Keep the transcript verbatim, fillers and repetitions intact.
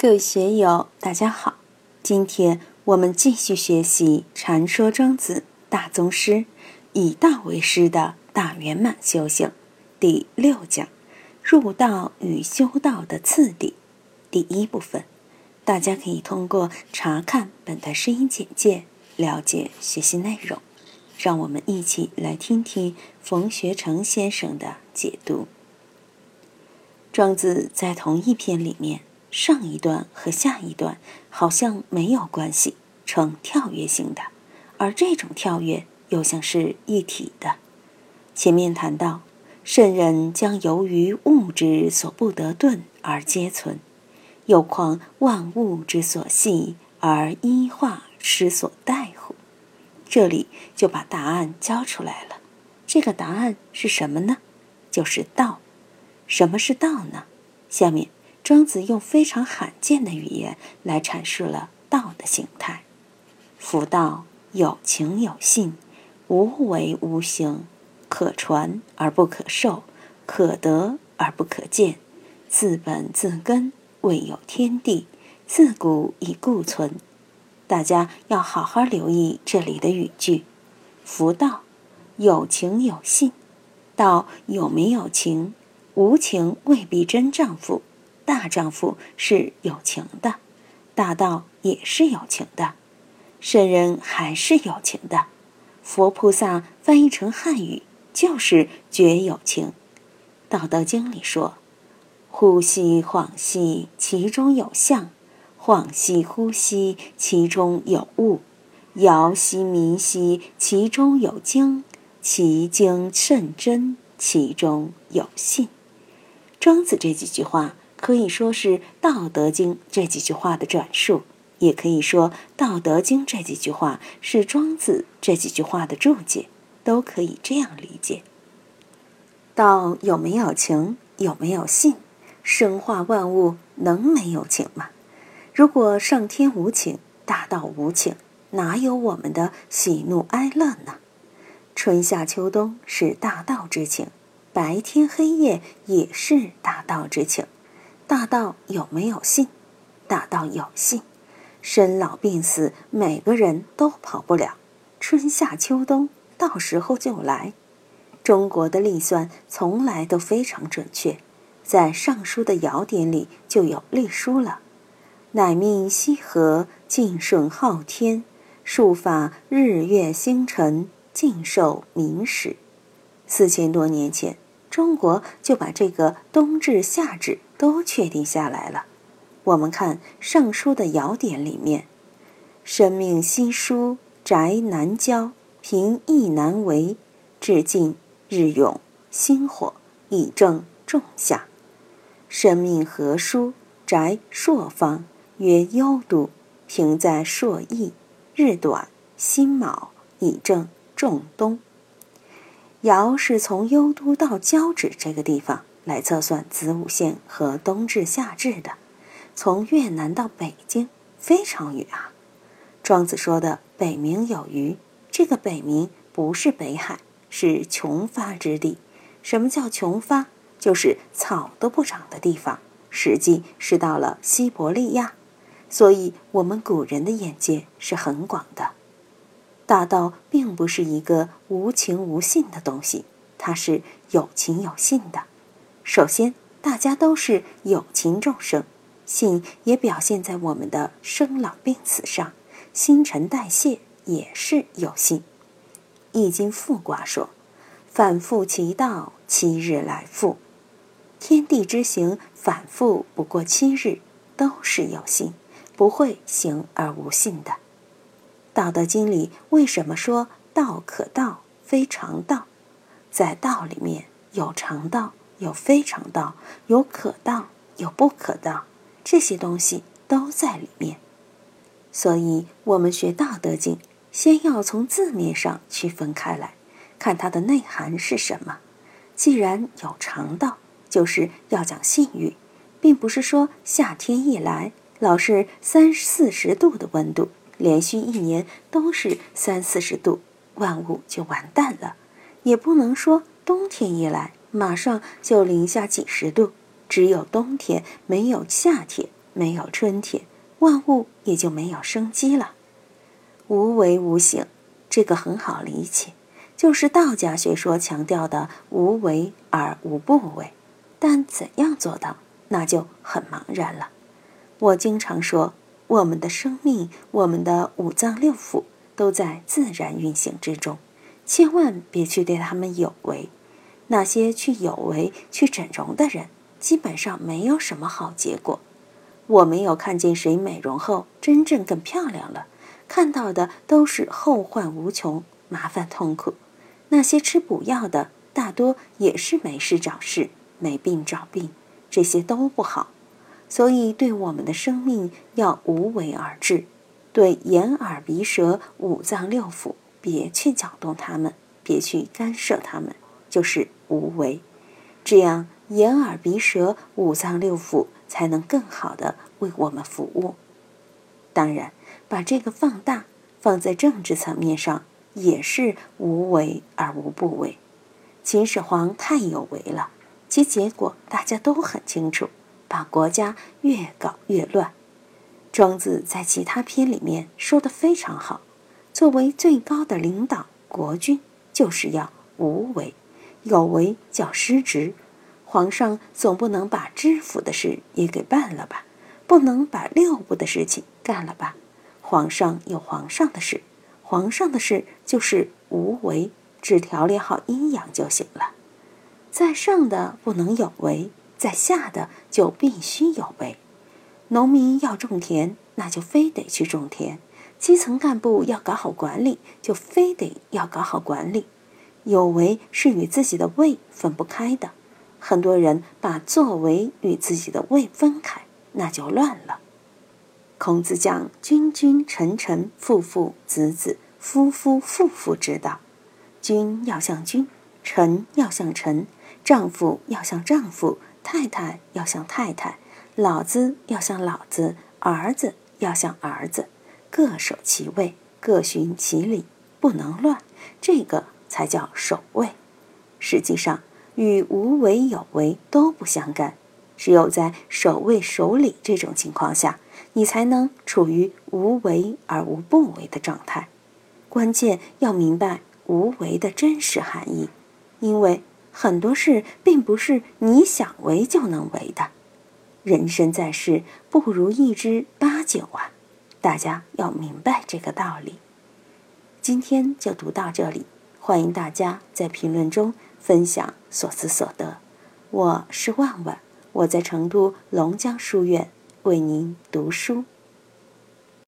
各位学友，大家好！今天我们继续学习《禅说庄子大宗师，以道为师的大圆满修行》第六讲“入道与修道的次第”第一部分。大家可以通过查看本段声音简介了解学习内容。让我们一起来听听冯学成先生的解读。庄子在同一篇里面，上一段和下一段好像没有关系，呈跳跃性的，而这种跳跃又像是一体的。前面谈到，圣人将由于物之所不得顿而皆存，又况万物之所系而一化失所待乎？这里就把答案交出来了。这个答案是什么呢？就是道。什么是道呢？下面庄子用非常罕见的语言来阐释了道的形态。夫道有情有信，无为无形，可传而不可受，可得而不可见，自本自根，未有天地，自古以固存。大家要好好留意这里的语句。夫道有情有信，道有没有情？无情未必真丈夫，大丈夫是有情的，大道也是有情的，圣人还是有情的。佛菩萨翻译成汉语就是绝有情。道德经里说，呼吸恍兮其中有象，恍兮呼吸其中有物，摇兮冥兮其中有精，其精甚真，其中有信。庄子这几句话可以说是《道德经》这几句话的转述，也可以说《道德经》这几句话是庄子这几句话的注解，都可以这样理解。道有没有情，有没有信？生化万物能没有情吗？如果上天无情，大道无情，哪有我们的喜怒哀乐呢？春夏秋冬是大道之情，白天黑夜也是大道之情。大道有没有信？大道有信。生老病死每个人都跑不了，春夏秋冬到时候就来。中国的历算从来都非常准确，在尚书的尧典里就有历书了。乃命羲和，敬顺昊天，术法日月星辰，尽受民始。四千多年前，中国就把这个冬至夏至都确定下来了。我们看尚书的尧典里面，生命稀疏，宅难交，平易难为，至尽日永，星火，以正仲夏。生命和疏，宅朔方，曰幽都，平在朔邑，日短，辛卯，以正仲冬。尧是从幽都到交趾这个地方来测算子午线和冬至夏至的，从越南到北京非常远啊。庄子说的北冥有鱼，这个北冥不是北海，是穷发之地。什么叫穷发？就是草都不长的地方，实际是到了西伯利亚。所以我们古人的眼界是很广的。大道并不是一个无情无信的东西，它是有情有信的。首先，大家都是有情众生，信也表现在我们的生老病死上，新陈代谢也是有信。易经复卦说，反复其道，七日来复。天地之行反复不过七日，都是有信，不会行而无信的。道德经里为什么说道可道，非常道？在道里面有常道，有非常道，有可道，有不可道，这些东西都在里面。所以我们学道德经，先要从字面上区分开来，看它的内涵是什么。既然有常道，就是要讲信誉，并不是说夏天一来，老是三四十度的温度，连续一年都是三四十度，万物就完蛋了。也不能说冬天一来，马上就零下几十度，只有冬天没有夏天， 没有春天，万物也就没有生机了。无为无形，这个很好理解，就是道家学说强调的无为而无不为。但怎样做到，那就很茫然了。我经常说，我们的生命，我们的五脏六腑都在自然运行之中，千万别去对他们有为。那些去有为、去整容的人，基本上没有什么好结果。我没有看见谁美容后真正更漂亮了，看到的都是后患无穷，麻烦痛苦。那些吃补药的，大多也是没事找事，没病找病，这些都不好。所以对我们的生命要无为而治，对眼耳鼻舌五脏六腑别去搅动它们，别去干涉它们，就是无为。这样眼耳鼻舌五脏六腑才能更好地为我们服务。当然，把这个放大，放在政治层面上，也是无为而无不为。秦始皇太有为了，其结果大家都很清楚，把国家越搞越乱。庄子在其他篇里面说得非常好，作为最高的领导，国君就是要无为，有为叫失职。皇上总不能把知府的事也给办了吧，不能把六部的事情干了吧。皇上有皇上的事，皇上的事就是无为，只调理好阴阳就行了。在上的不能有为，在下的就必须有为。农民要种田，那就非得去种田；基层干部要搞好管理，就非得要搞好管理。有为是与自己的为分不开的，很多人把作为与自己的为分开，那就乱了。孔子讲君君臣臣父父子子夫夫妇妇之道，君要像君，臣要像臣，丈夫要像丈夫，太太要像太太，老子要像老子，儿子要像儿子，各守其位，各循其理，不能乱，这个才叫守位。实际上与无为有为都不相干，只有在守位守理这种情况下，你才能处于无为而无不为的状态。关键要明白无为的真实含义，因为很多事并不是你想为就能为的。人生在世，不如意之八九啊，大家要明白这个道理。今天就读到这里，欢迎大家在评论中分享所思所得。我是万万，我在成都龙江书院为您读书。